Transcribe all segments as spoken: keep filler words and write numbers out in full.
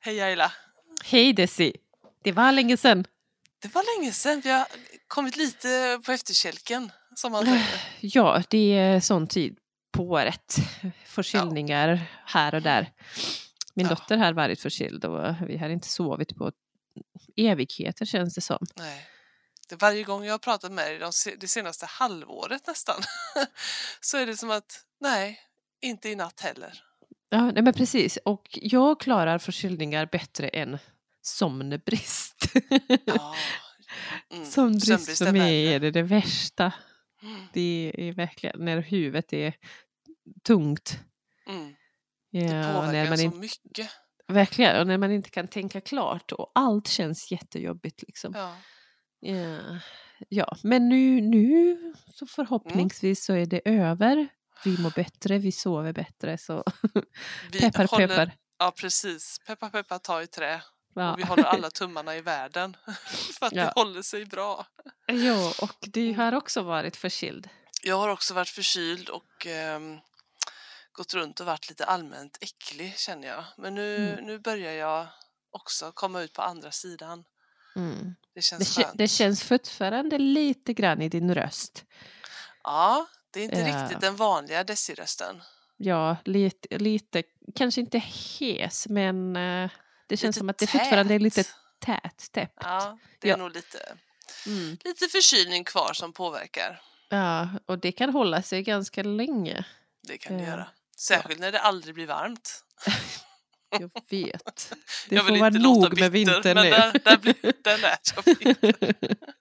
Hej Ayla. Hej Desi. Det var länge sedan. Det var länge sedan. Vi har kommit lite på efterkälken, som man säger. Ja, det är sån tid på året. Förkylningar ja. här och där. Min ja. dotter har varit förkyld och vi har inte sovit på evigheter, känns det som. Nej. Det varje gång jag har pratat med dig de, det senaste halvåret nästan så är det som att, nej, inte i natt heller. Ja, nej men precis. Och jag klarar förkylningar bättre än sömnbrist. Ja. Mm. Sömnbrist för mig är det det värsta. Mm. Det är verkligen när huvudet är tungt. Mm. Ja, det påverkar när man så inte, mycket. Verkligen, och när man inte kan tänka klart och allt känns jättejobbigt liksom. Ja. Ja, ja. Men nu, nu så förhoppningsvis mm. så är det över. Vi mår bättre, vi sover bättre. Så vi peppar, håller, peppar. Ja, precis. Peppar, peppar, ta i trä. Ja. Och vi håller alla tummarna i världen för att ja. det håller sig bra. Ja, och du har också varit förkyld. Jag har också varit förkyld och eh, gått runt och varit lite allmänt äcklig, känner jag. Men nu, mm. nu börjar jag också komma ut på andra sidan. Mm. Det känns det, skönt. Det känns fortfarande lite grann i din röst. Ja, det är inte ja. riktigt den vanliga Desi-rösten. Ja, lite, lite, kanske inte hes, men uh, det känns lite som att det tät. fortfarande är lite tät, täppt. Ja, det är ja. nog lite, mm. lite förkylning kvar som påverkar. Ja, och det kan hålla sig ganska länge. Det kan det uh, göra. Särskilt ja. när det aldrig blir varmt. Jag vet. Det jag får vara nog med vintern men nu. Där, där, blir, där lät jag vinter.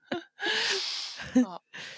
Ja.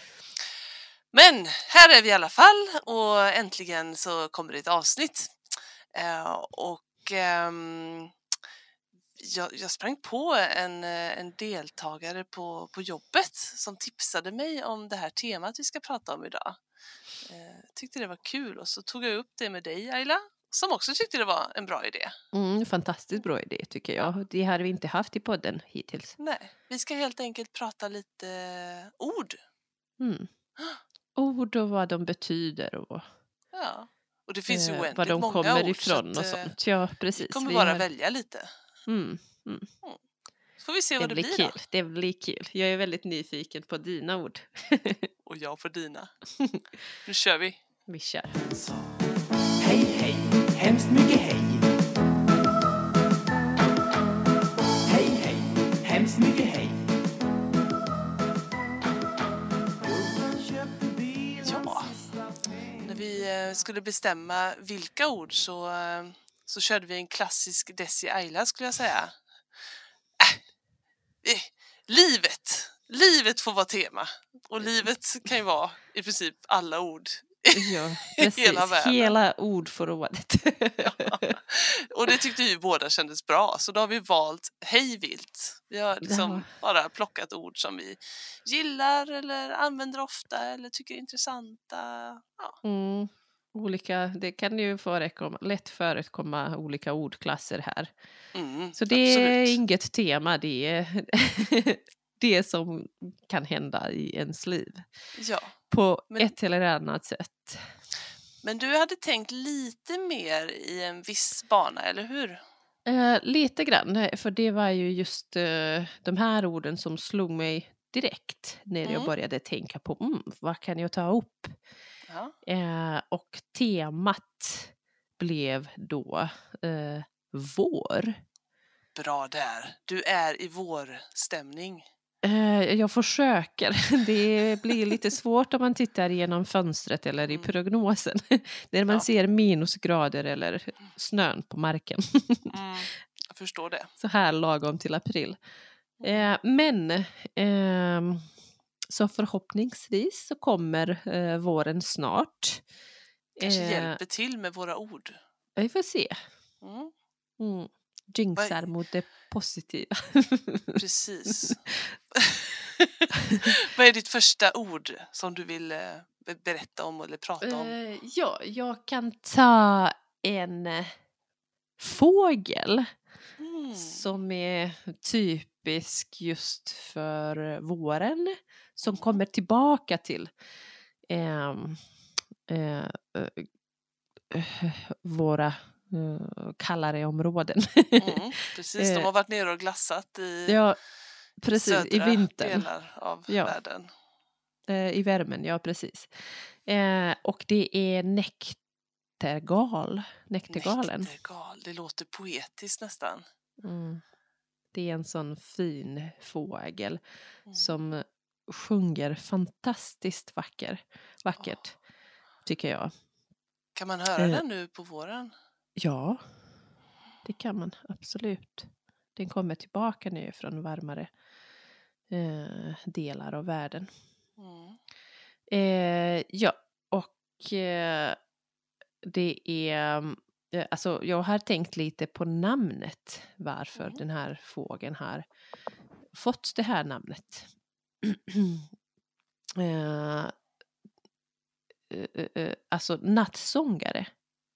Men här är vi i alla fall och äntligen så kommer det ett avsnitt. Uh, och um, jag, jag sprang på en, en deltagare på, på jobbet som tipsade mig om det här temat vi ska prata om idag. Uh, tyckte det var kul och så tog jag upp det med dig, Ayla, som också tyckte det var en bra idé. Mm, fantastiskt bra idé tycker jag. Det har vi inte haft i podden hittills. Nej, vi ska helt enkelt prata lite ord. Mm. Ord och vad de betyder och ja. Och det finns ju oändligt vad de många kommer ord, ifrån så och sånt. Ja, precis. Vi kommer vi bara har... välja lite. Mm. Mm. Mm. Så får vi se det vad det blir, blir kul. då. Det blir kul. Jag är väldigt nyfiken på dina ord. Och jag på dina. Nu kör vi. Vi kör. Hej, hej. Hemskt mycket hej. Hej, hej. Hemskt mycket hej. Ja. När vi skulle bestämma vilka ord så, så körde vi en klassisk Desi Ayla, skulle jag säga. Äh, livet. Livet får vara tema. Och livet kan ju vara i princip alla ord. Ja, precis. Hela världen. Hela ordförrådet. Ja. Och det tyckte vi båda kändes bra. Så då har vi valt hejvilt. Vi har liksom ja. bara plockat ord som vi gillar eller använder ofta eller tycker är intressanta. Ja. Mm. Olika, det kan ju förekomma, lätt förekomma olika ordklasser här. Mm, så det absolut. är inget tema, det är det som kan hända i ens liv. Ja. På men, ett eller annat sätt. Men du hade tänkt lite mer i en viss bana, eller hur? Uh, lite grann, för det var ju just uh, de här orden som slog mig direkt när mm. jag började tänka på mm, vad kan jag ta upp? Ja. Uh, och temat blev då uh, vår. Bra där, du är i vårstämning. Jag försöker. Det blir lite svårt om man tittar genom fönstret eller i prognosen. När man ja. ser minusgrader eller snön på marken. Mm, jag förstår det. Så här lagom till april. Eh, men eh, så förhoppningsvis så kommer eh, våren snart. Kanske eh, hjälper till med våra ord. Vi får se. Mm. Mm. Jinxar mot det positiva. Precis. Vad är ditt första ord som du vill berätta om eller prata om? Uh, ja, jag kan ta en fågel mm. som är typisk just för våren. Som kommer tillbaka till um, uh, uh, uh, våra uh, kallare områden. Mm, precis, de har varit nere och glassat i Ja, precis, södra i vintern. delar av Ja. världen. Eh, I värmen, ja precis. Eh, och det är nektergal. Nektergalen. Nektergal, det låter poetiskt nästan. Mm. Det är en sån fin fågel Mm. som sjunger fantastiskt vacker, vackert, tycker jag. Kan man höra Eh. den nu på våren? Ja, det kan man absolut. Den kommer tillbaka nu från varmare eh, delar av världen. Mm. Eh, ja, och eh, det är, eh, alltså jag har tänkt lite på namnet, varför Mm. den här fågeln har fått det här namnet. eh, eh, eh, alltså nattsångare.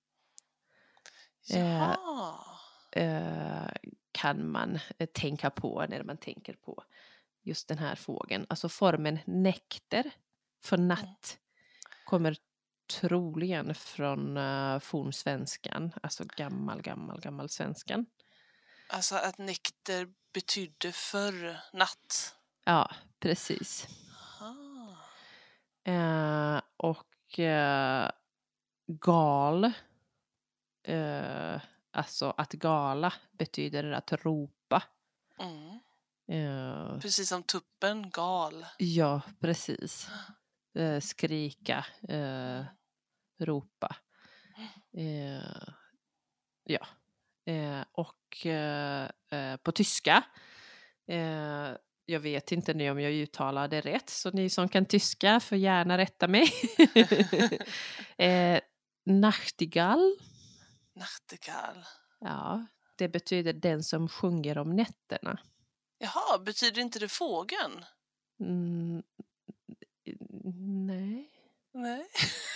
Jaha. Eh, kan man eh, tänka på när man tänker på just den här fågeln. Alltså formen nekter för natt kommer troligen från uh, fornsvenskan, alltså gammal, gammal, gammal svenskan. Alltså att nekter betydde för natt. Ja, precis. Ah. Eh, och eh, gal, eh, alltså att gala betyder att ropa. Mm. Eh, Precis som tuppen, gal. ja, precis. Eh, skrika, eh, ropa. Eh, ja. Eh, och eh, eh, på tyska, eh, jag vet inte nu om jag uttalar det rätt, så ni som kan tyska får gärna rätta mig. eh, Nachtigall. Nachtigall. Ja, det betyder den som sjunger om nätterna. Jaha, betyder inte det fågeln? Mm, nej. Nej.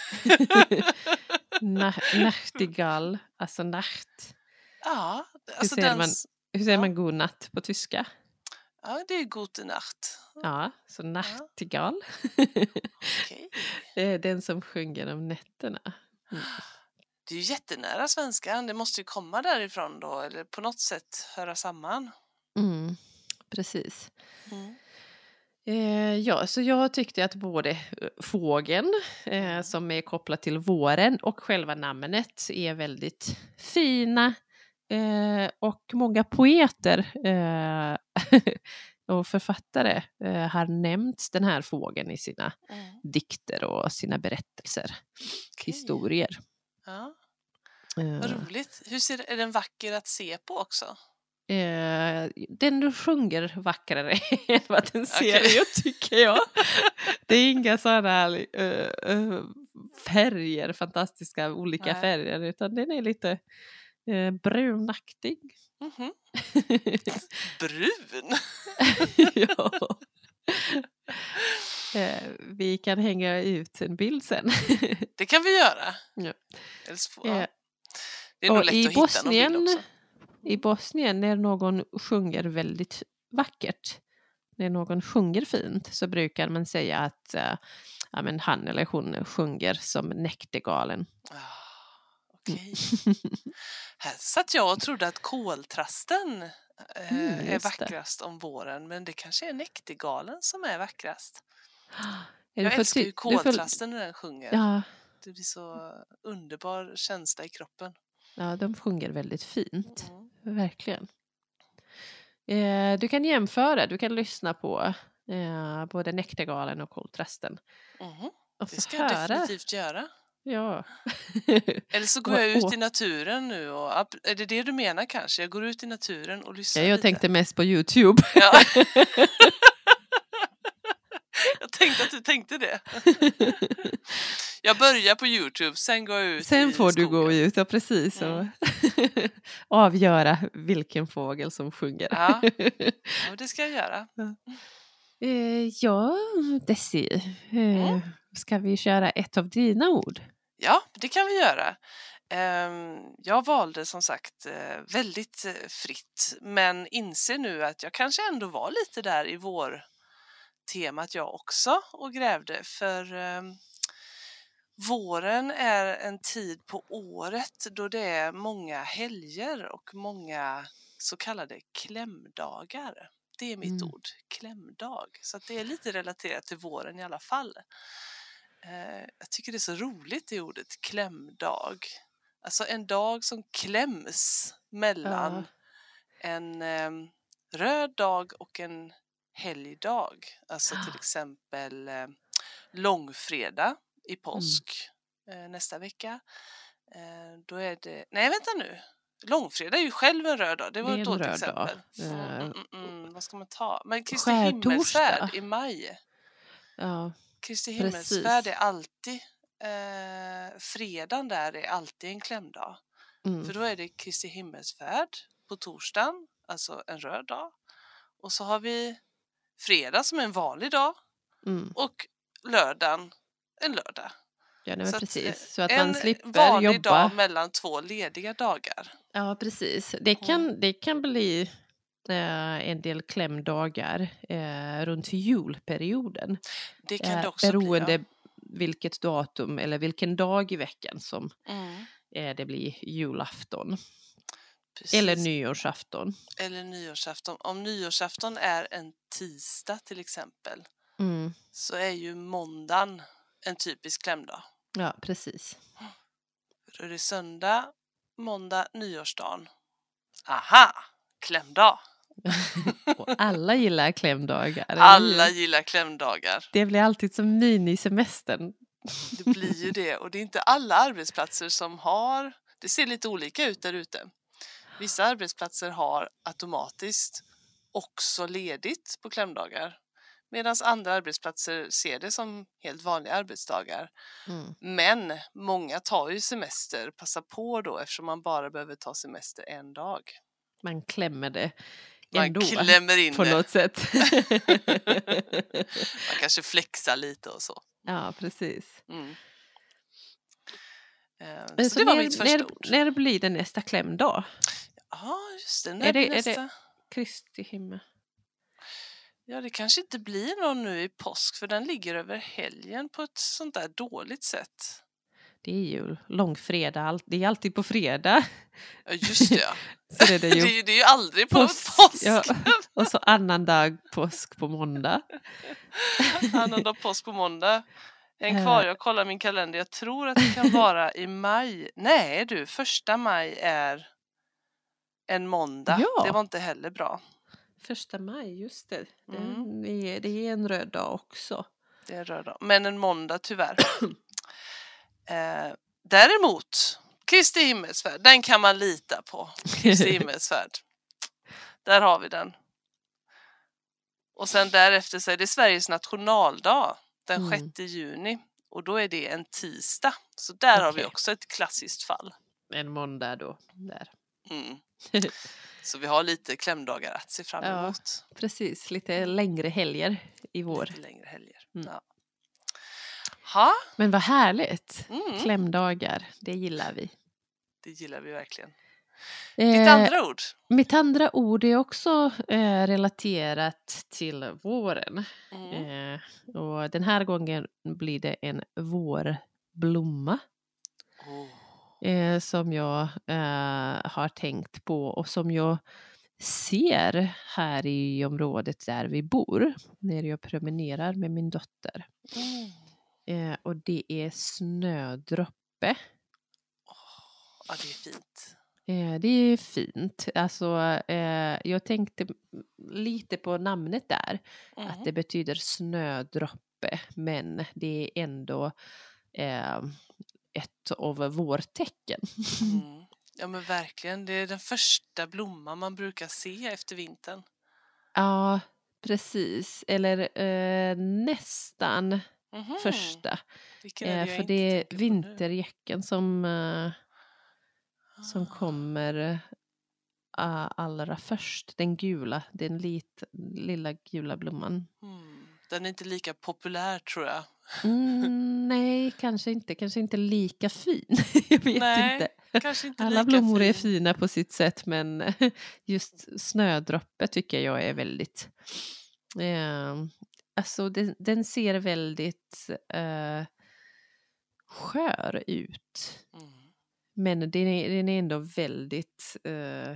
Na- Nachtigall, alltså nacht. Ja, Hur alltså säger den... man, hur säger ja. man god natt på tyska? Ja, det är gute nacht. Ja, så nachtigall. Okej. Det är den som sjunger om nätterna. Mm. Det är ju jättenära svenskan. Det måste ju komma därifrån då, eller på något sätt höra samman. Mm, precis. Mm. Eh, ja, så jag tyckte att både fågeln eh, som är kopplad till våren och själva namnet är väldigt fina. Eh, och många poeter eh, och författare eh, har nämnt den här fågeln i sina Mm. dikter och sina berättelser, Okej. historier. Ja. Eh, Vad roligt. Hur ser, är den vacker att se på också? Eh, den sjunger vackrare än vad den ser Okej. ut, tycker jag. Det är inga sådana uh, uh, färger, fantastiska olika Nej. färger, utan den är lite uh, brunaktig. Mhm. Brun? Ja. Eh, vi kan hänga ut en bild sen. Det kan vi göra. Ja. Eller så får- Eh, ja. Det är nog och lätt i att hitta någon bild Bosnien, också. I Bosnien när någon sjunger väldigt vackert, när någon sjunger fint, så brukar man säga att uh, ja, men han eller hon sjunger som näktergalen. Ah, okej. Här satt jag och trodde att koltrasten eh, Mm, är just det. vackrast om våren, men det kanske är näktergalen som är vackrast. Är Jag du för älskar ty- ju du för- koltrasten när den sjunger. Ja, Det blir så underbar känsla i kroppen. ja, de sjunger väldigt fint. Mm. Verkligen. Eh, du kan jämföra, du kan lyssna på eh, både näktergalen och koltrasten. Mhm. Och Det få ska jag höra. definitivt göra. Ja. Eller så går Och- jag ut och- i naturen nu. Och, är det det du menar kanske? Jag går ut i naturen och lyssnar Ja, jag lite. tänkte mest på YouTube. Ja. Jag tänkte att du tänkte det. Jag börjar på YouTube, sen går jag ut Sen i får du skogen. gå ut, ja, precis, och Mm. avgöra vilken fågel som sjunger. Ja. Ja, det ska jag göra. eh, ja, Desi, eh, Mm. ska vi köra ett av dina ord? Ja, det kan vi göra. Ehm, Jag valde som sagt eh, väldigt eh, fritt, men inser nu att jag kanske ändå var lite där i vår temat jag också och grävde, för ehm, våren är en tid på året då det är många helger och många så kallade klämdagar. Det är mitt Mm. ord, klämdag. Så att det är lite relaterat till våren i alla fall. Eh, jag tycker det är så roligt det ordet, klämdag. Alltså en dag som kläms mellan en eh, röd dag och en helgdag. Alltså till exempel eh, långfredag i påsk mm. eh, nästa vecka. Eh, då är det... Nej, vänta nu. Långfredag är ju själv en röd dag. Det var Det är ett en dåligt röd exempel. dag. Mm, Eh, mm, mm, mm. Vad ska man ta? Men Kristi skärtorsdag. himmelsfärd i maj. Ja, Kristi precis. himmelsfärd är alltid... Eh, fredagen där är alltid en klämdag. Mm. För då är det Kristi himmelsfärd på torsdagen, alltså en röd dag. Och så har vi fredag som är en vanlig dag. Mm. Och lördagen en lördag. Ja, nej, men Så att, precis. Så att en man slipper vanlig jobba. dag mellan två lediga dagar. Ja, precis. Det kan, det kan bli eh, en del klämdagar eh, runt julperioden. Det kan Eh, det också beroende bli, vilket datum eller vilken dag i veckan som ja. Mm, eh, det blir julafton. precis. Eller nyårsafton. Eller nyårsafton. Om nyårsafton är en tisdag till exempel Mm. så är ju måndagen en typisk klämdag. Ja, precis. Då är det söndag, måndag, nyårsdagen. Aha, klämdag. Och alla gillar klämdagar. eller Alla hur? gillar klämdagar. Det blir alltid som minisemestern. Det blir ju det. Och det är inte alla arbetsplatser som har... Det ser lite olika ut där ute. Vissa arbetsplatser har automatiskt också ledigt på klämdagar. Medan andra arbetsplatser ser det som helt vanliga arbetsdagar. Mm. Men många tar ju semester, passar på då eftersom man bara behöver ta semester en dag. Man klämmer det Man ändå klämmer in på det. något sätt. Man kanske flexar lite och så. Ja, precis. Mm. Eh, Men Så det var när, mitt första när, ord. när blir det nästa klämdag? Ja, just det. När Är det- blir är nästa? det- Kristi himmel. Ja, det kanske inte blir någon nu i påsk för den ligger över helgen på ett sånt där dåligt sätt. Det är jul. Långfredag. all- Det är alltid på fredag. Ja, just det. Ja. Så är det Det, ju är, ju- det är ju aldrig på påsk. påsk. Ja. Och så annan dag påsk på måndag. Annan dag påsk på måndag. En Eh. kvar, jag kollar min kalender. Jag tror att det kan vara i maj. Nej du, första maj är en måndag. Ja. Det var inte heller bra. Första maj, just det. Det, Mm. är, det är en röd dag också. Det är röd dag. Men en måndag tyvärr. eh, däremot, Kristi himmelsfärd, den kan man lita på. Kristi himmelsfärd. Där har vi den. Och sen därefter så är det Sveriges nationaldag den Mm. sjätte juni. Och då är det en tisdag. Så där har vi Okej. också ett klassiskt fall. En måndag då. Där. Mm. Så vi har lite klämdagar att se fram Ja. emot. Precis, lite längre helger i vår. Lite längre helger. Mm. Ja. Ha, Men vad härligt. mm. Klämdagar, det gillar vi. Det gillar vi verkligen. Eh, Ditt andra ord? Mitt andra ord är också eh, relaterat till våren. Mm. Eh, och den här gången blir det en vårblomma Oh. eh, som jag eh, har tänkt på och som jag ser här i området där vi bor när jag promenerar med min dotter. Mm. Eh, och det är snödroppe. Ja, det är fint. Eh, det är fint. Alltså, eh, jag tänkte lite på namnet där. Mm. Att det betyder snödroppe. Men det är ändå eh, ett av vårtecken. Mm. Ja, men verkligen. Det är den första blomman man brukar se efter vintern. Ja, precis. Eller eh, nästan Mhm. första. Vilken är Eh, det jag för inte det är tänker på nu? vintergäcken som, eh, som Ah. kommer eh, allra först. Den gula, den lit, lilla gula blomman. Mm. Den är inte lika populär tror jag. Mm, nej, kanske inte. Kanske inte lika fin. Jag vet Nej, inte. kanske inte Alla lika blommor fin. är fina på sitt sätt, men just snödroppe tycker jag är väldigt... Eh, alltså den, den ser väldigt eh, skör ut. Mm. Men den är, den är ändå väldigt eh,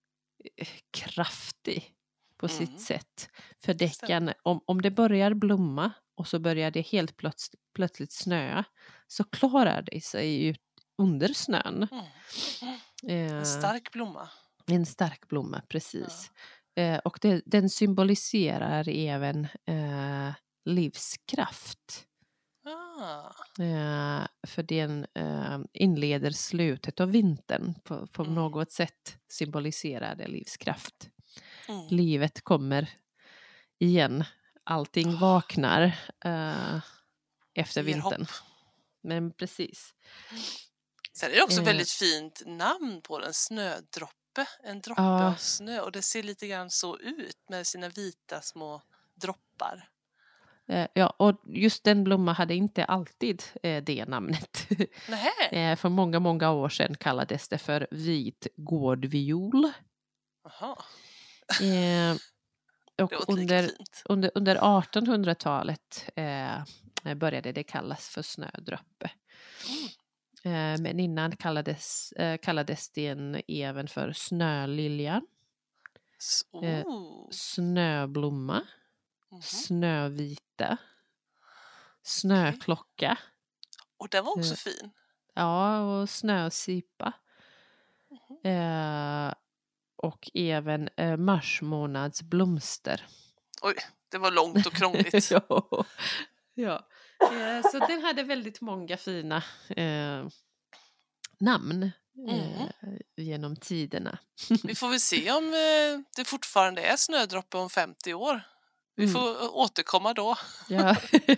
kraftig på Mm. sitt sätt. För Stämmer. deckan, om, om det börjar blomma och så börjar det helt plöts, plötsligt snöa, så klarar det sig ut under snön. Mm. Eh, En stark blomma. en stark blomma, precis. Eh, och det, den symboliserar även eh, livskraft. Ah. Eh, för den eh, inleder slutet av vintern. På, på Mm. något sätt symboliserar det livskraft. Mm. Livet kommer igen. Allting vaknar eh, efter Ger vintern. hopp. Men precis. Sen är det också Eh. väldigt fint namn på den, Snödroppe. En droppe Ja. av snö. Och det ser lite grann så ut med sina vita små droppar. Eh, ja, och just den blomman hade inte alltid eh, det namnet. Nähä. eh, för många, många år sedan kallades det för vit gårdviol. Jaha. Eh, och Det låter lika under, fint. under, under artonhundratalet eh, började det kallas för snödroppe. Mm. Eh, men innan kallades, eh, kallades den även för snölilja, S- Eh, Oh. snöblomma, Mhm. snövita, snöklocka, Och den var också Eh. fin. ja, och snösipa. Mhm. Eh, och även eh, marsmånadsblomster. Oj, det var långt och krångligt. ja. ja. Eh, så den hade väldigt många fina eh, namn eh, Mm. genom tiderna. Vi får väl se om eh, det fortfarande är snödroppe om femtio år. Vi Mm. får eh, återkomma då. Ja.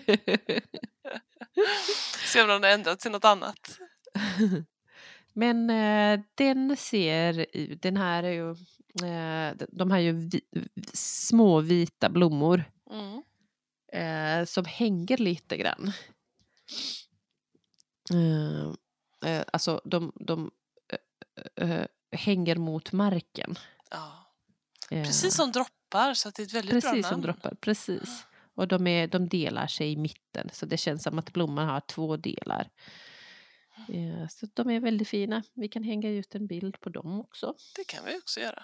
Se om den har ändrat till något annat. Men eh, den ser, den här är ju, eh, de har ju vi, små vita blommor Mm. eh, som hänger lite grann. Eh, eh, alltså de, de eh, eh, hänger mot marken. Ja. Eh, Precis som droppar, så att det är ett väldigt bra precis namn. som droppar, precis. Och de, är, de delar sig i mitten, så det känns som att blomman har två delar. Eh, så de är väldigt fina. Vi kan hänga ut en bild på dem också. Det kan vi också göra.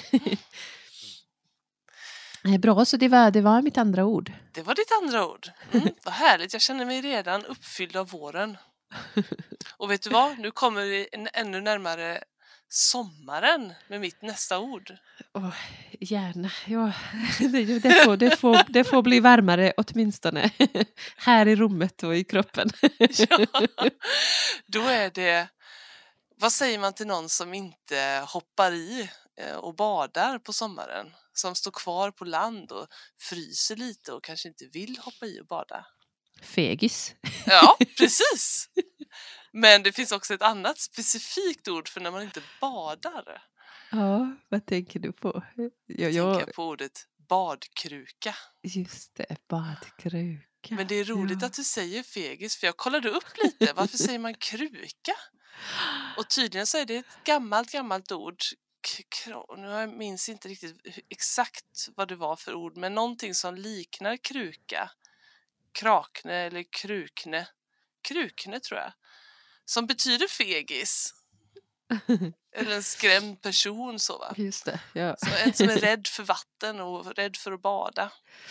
Eh, Bra, så det var, det var mitt andra ord. Det var ditt andra ord. Mm, vad härligt, jag känner mig redan uppfylld av våren. Och vet du vad? Nu kommer vi en, ännu närmare sommaren med mitt nästa ord. Oh, gärna, ja. det, det, får, det, får, det får bli varmare åtminstone. Här i rummet och i kroppen. Ja, då är det, vad säger man till någon som inte hoppar i eh, och badar på sommaren? Som står kvar på land och fryser lite och kanske inte vill hoppa i och bada. Fegis. Ja, precis. Men det finns också ett annat specifikt ord för när man inte badar. Ja, vad tänker du på? Jag, Jag jag, tänker på ordet badkruka. just det, badkruka. Men det är roligt ja. att du säger fegis, för jag kollade upp lite. Varför säger man kruka? Och tydligen så är det ett gammalt, gammalt ord. K- nu jag minns inte riktigt exakt vad det var för ord, men någonting som liknar kruka. Krakne eller krukne. Krukne tror jag. Som betyder fegis. Eller en skrämd person så va. Just det, ja. Så en som är rädd för vatten och rädd för att bada.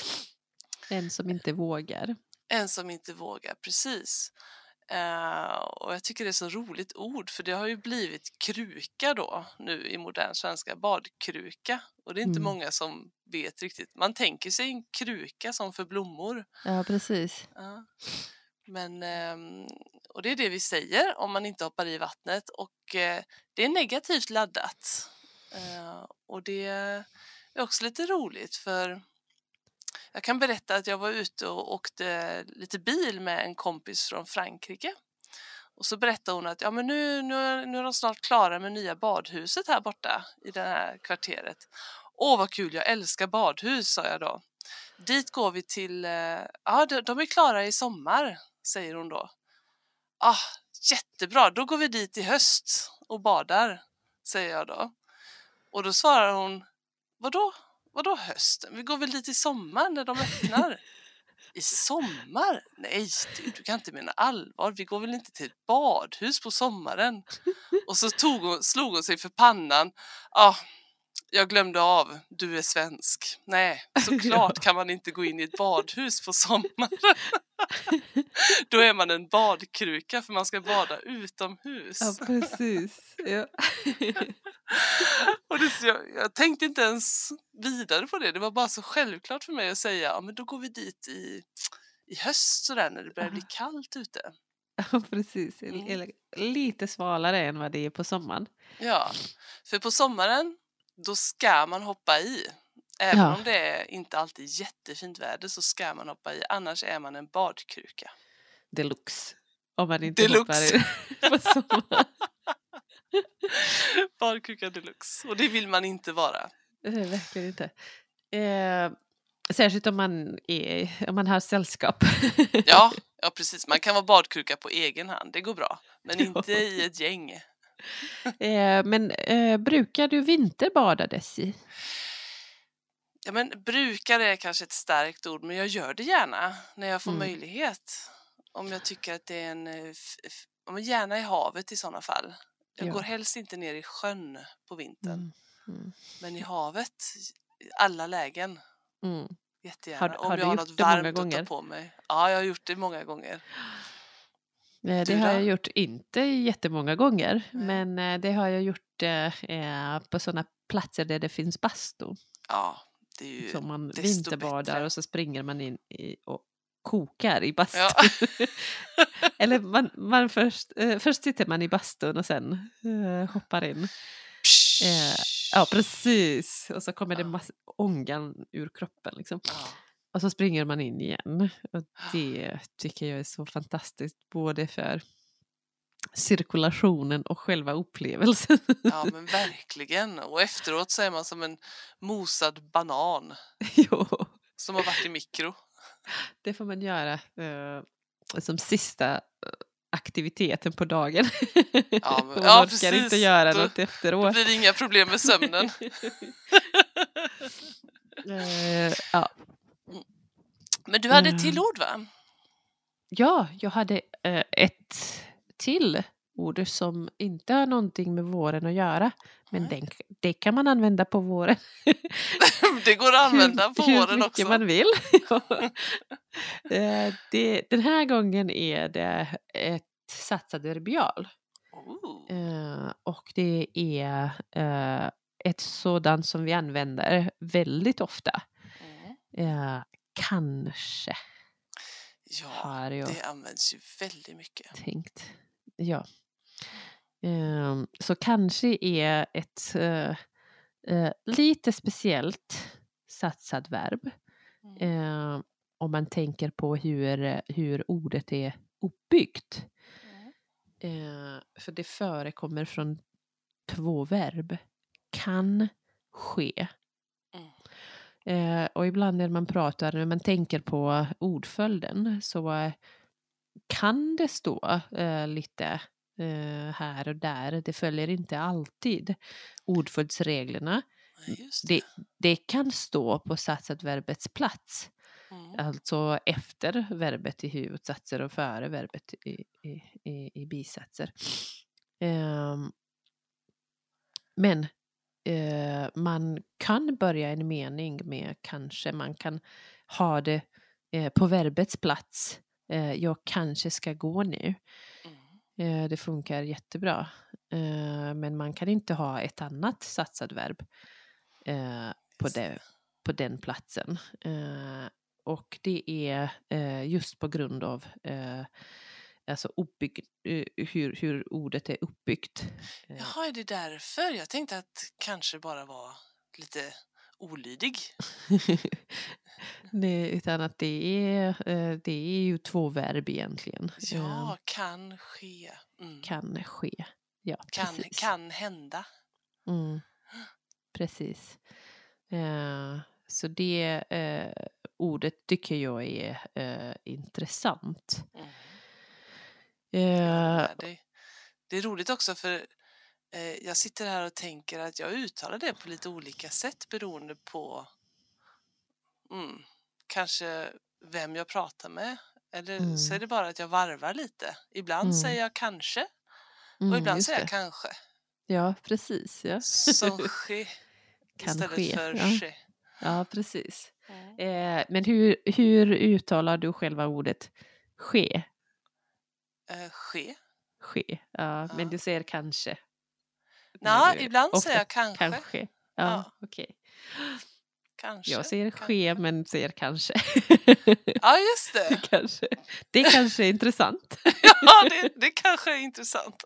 En som inte vågar. En som inte vågar, precis. Uh, och jag tycker det är så roligt ord, för det har ju blivit kruka då nu i modern svenska, badkruka. Och det är inte Mm. många som vet riktigt. Man tänker sig en kruka som för blommor. Ja, precis. Ja. Men, um, och det är det vi säger om man inte hoppar i vattnet. Och uh, det är negativt laddat. Uh, och det är också lite roligt, för jag kan berätta att jag var ute och åkte lite bil med en kompis från Frankrike. Och så berättade hon att ja, men nu, nu, nu är de snart klara med nya badhuset här borta i det här kvarteret. Åh vad kul, jag älskar badhus, sa jag då. Dit går vi till, ja de, de är klara i sommar, säger hon då. Ah, jättebra, då går vi dit i höst och badar, säger jag då. Och då svarar hon, vadå? Vadå hösten? Vi går väl dit i sommar när de öppnar? I sommar? Nej, du, du kan inte mena allvar. Vi går väl inte till ett badhus på sommaren? Och så tog hon, slog hon sig för pannan. Ja, ah, jag glömde av. Du är svensk. Nej, såklart kan man inte gå in i ett badhus på sommaren. Då är man en badkruka för man ska bada utomhus. Ja, precis. Ja. Och det, jag, jag tänkte inte ens vidare på det. Det var bara så självklart för mig att säga, ja men då går vi dit i, i höst sådär när det börjar bli kallt ute. Ja, precis. Mm. Eller lite svalare än vad det är på sommaren. Ja, för på sommaren då ska man hoppa i. Även Ja. om det är inte alltid jättefint väder så ska man hoppa i. Annars är man en badkruka. Deluxe. Om man inte Deluxe. hoppar i på sommaren. Badkruka deluxe. Och det vill man inte vara. Det är verkligen inte. Eh, särskilt om man, är, om man har sällskap. Ja, ja, precis. Man kan vara badkruka på egen hand. Det går bra. Men inte i ett gäng. eh, men eh, brukar du vinterbada, Desi? Ja, men brukar är kanske ett starkt ord, men jag gör det gärna när jag får Mm. möjlighet. Om jag tycker att det är en... f- f- om gärna i havet i sådana fall. Jag Ja. går helst inte ner i sjön på vintern. Mm. Mm. Men i havet, i alla lägen. Mm. Jättegärna. Har- har om du jag har gjort något det många varmt att ta gånger? på mig. Ja, jag har gjort det många gånger. Eh, Det Du har då? jag gjort, inte jättemånga gånger, Nej. men eh, det har jag gjort eh, eh, på sådana platser där det finns bastu. Ja, det är ju Som man desto vinterbadar bättre. och så springer man in i och kokar i bastun. Ja. Eller man, man först, eh, först sitter man i bastun och sen eh, hoppar in. Eh, ja, precis. Och så kommer det Ja. massa ångan ur kroppen liksom. Ja. Och så springer man in igen. Och det tycker jag är så fantastiskt. Både för cirkulationen och själva upplevelsen. Ja, men verkligen. Och efteråt så är man som en mosad banan Jo, som har varit i mikro. det får man göra eh, som sista eh, aktiviteten på dagen. Ja, men- Man ja, orkar precis. inte göra Då- något Då efteråt. blir det inga problem med sömnen. Eh, ja. Men du hade ett till Mm. ord, va? ja, jag hade eh, ett till ord som inte har någonting med våren att göra. Men Nej. den, det kan man använda på våren. Det går att använda på hur, hur våren mycket också. man vill. Ja. Eh, det, den här gången är det ett satsadverbial. Oh. Eh, och det är eh, ett sådant som vi använder väldigt ofta. Mm. Eh, kanske Ja, har jag det används ju väldigt mycket. tänkt. Ja. Eh, så kanske är ett eh, eh, lite speciellt satsadverb. Mm. Eh, om man tänker på hur, hur ordet är uppbyggt. Mm. Eh, för det förekommer från två verb. Kan ske. Mm. Eh, och ibland när man pratar, när man tänker på ordföljden så eh, kan det stå eh, lite eh, här och där. Det följer inte alltid ordföljdsreglerna. Nej, just det. Det, det kan stå på satsadverbets plats. Mm. Alltså efter verbet i huvudsatser och före verbet i, i, i, i bisatser. Ehm, men eh, man kan börja en mening med kanske. Man kan ha det eh, på verbets plats. Eh, jag kanske ska gå nu. Mm. Eh, det funkar jättebra. Eh, men man kan inte ha ett annat satsadverb eh, på, Just det, på den platsen. Eh, och det är eh, just på grund av eh, alltså uppbygg, eh, hur, hur ordet är uppbyggt. Eh, Jaha, är det därför? Jag tänkte att kanske bara var lite olydig. Nej, utan att det är, eh, det är ju två verb egentligen. Ja, Eh, kan ske. Mm. kan ske. Ja, Kan, precis. kan hända. Mm, precis. Eh, så det eh, ordet tycker jag är eh, intressant. Mm. Eh, Jag håller med dig. Det är roligt också för eh, jag sitter här och tänker att jag uttalar det på lite olika sätt beroende på mm, kanske vem jag pratar med. Eller Mm. så är det bara att jag varvar lite. Ibland Mm. säger jag kanske och Mm, ibland just säger jag det. kanske. Ja, precis. Ja. Som ske Kan istället ske, för ja. ske. Ja, precis. Mm. Eh, men hur, hur uttalar du själva ordet ske? Eh, ske. Ske. Ja, men Ja. du säger kanske. Nå, Du- ibland ofta säger jag kanske. Kanske. Ja, Ja. okej. Kanske. Jag säger kanske. ske men säger kanske. Ja, just det. kanske. Det kanske är intressant. Ja, det, det kanske är intressant.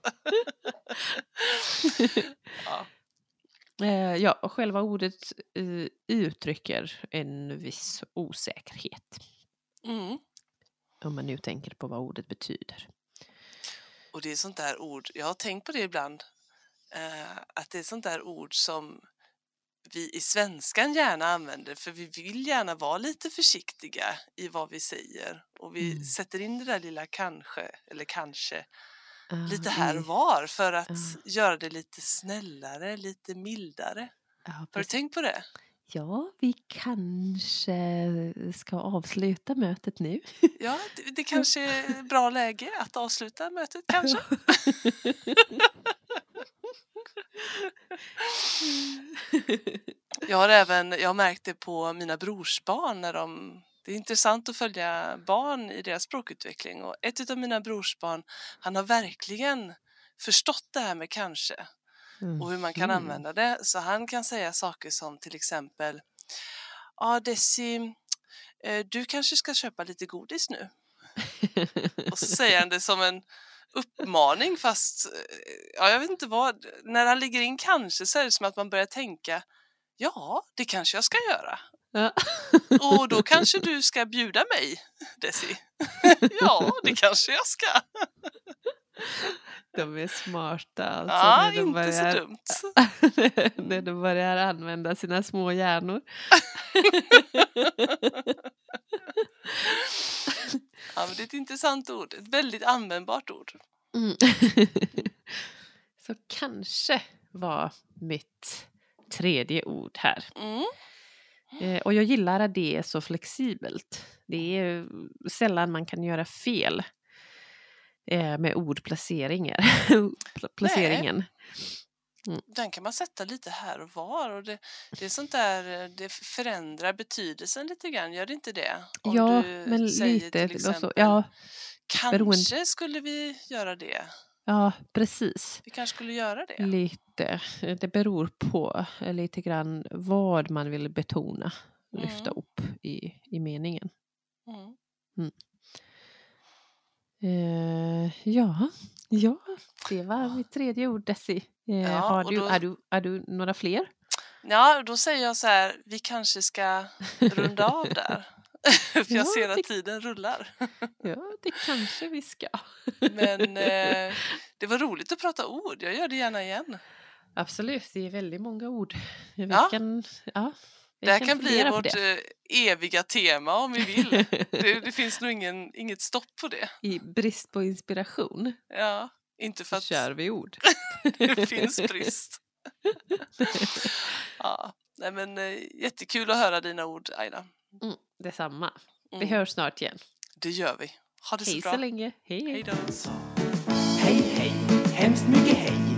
Ja. Eh, ja, och själva ordet eh, uttrycker en viss osäkerhet. Mm. Om man nu tänker på vad ordet betyder. Och det är sånt där ord, jag har tänkt på det ibland, eh, att det är sånt där ord som vi i svenskan gärna använder, för vi vill gärna vara lite försiktiga i vad vi säger. Och vi Mm. sätter in det där lilla kanske, eller kanske, Ah, lite här i- och var för att Ja. göra det lite snällare, lite mildare. Ja, Har du precis. tänkt på det? Ja, vi kanske ska avsluta mötet nu. Ja, det, det kanske är bra läge att avsluta mötet, kanske. Jag har även, jag har märkt det på mina brorsbarn när de, det är intressant att följa barn i deras språkutveckling, och ett av mina brorsbarn, han har verkligen förstått det här med kanske och hur man kan Mhm. använda det, så han kan säga saker som till exempel: ja, Desi, eh, du kanske ska köpa lite godis nu. Och så säger han det som en uppmaning, fast eh, ja, jag vet inte vad, när han ligger in kanske så är det som att man börjar tänka: ja, det kanske jag ska göra. Ja. Och då kanske du ska bjuda mig, Desi. Ja, det kanske jag ska. De är smarta alltså, Ja, när, de inte börjar, så dumt. när de börjar använda sina små hjärnor. Ja, men det är ett intressant ord, ett väldigt användbart ord. Mm. Så kanske var mitt tredje ord här. Mm. Eh, och jag gillar att det är så flexibelt. Det är sällan man kan göra fel eh, med ordplaceringar. Pla- Placeringen. Den kan man sätta lite här och var, och det, det är sånt där, det förändrar betydelsen lite grann, gör det inte det? Om Ja, du men säger lite. till och exempel, så, ja, kanske beroende- skulle vi göra det. ja, precis. Vi kanske skulle göra det. Lite. Det beror på eh, lite grann vad man vill betona, lyfta Mm. upp i, i meningen. Mm. Eh, ja, ja, det var mitt tredje ord, Desi. Eh, Ja, har och du, då- är, du, är du några fler? Ja, då säger jag så här, vi kanske ska runda av där. För jag Ja, ser att det- tiden rullar. Ja, det kanske vi ska. Men eh, det var roligt att prata ord, jag gör det gärna igen. Absolut, det är väldigt många ord. Vi Ja. kan, ja, vi Det här kan bli fundera på vårt det. eh, eviga tema om vi vill. Det, det finns nog ingen, inget stopp på det. I brist på inspiration Ja, inte för så att kör vi ord. det finns brist. Ja, nej men eh, jättekul att höra dina ord, Aida. Mm, detsamma. Vi Mm, hörs snart igen. det gör vi. Ha det så Hej bra. så länge. Hej, hej. Hej då. Hej hej, hemskt mycket hej.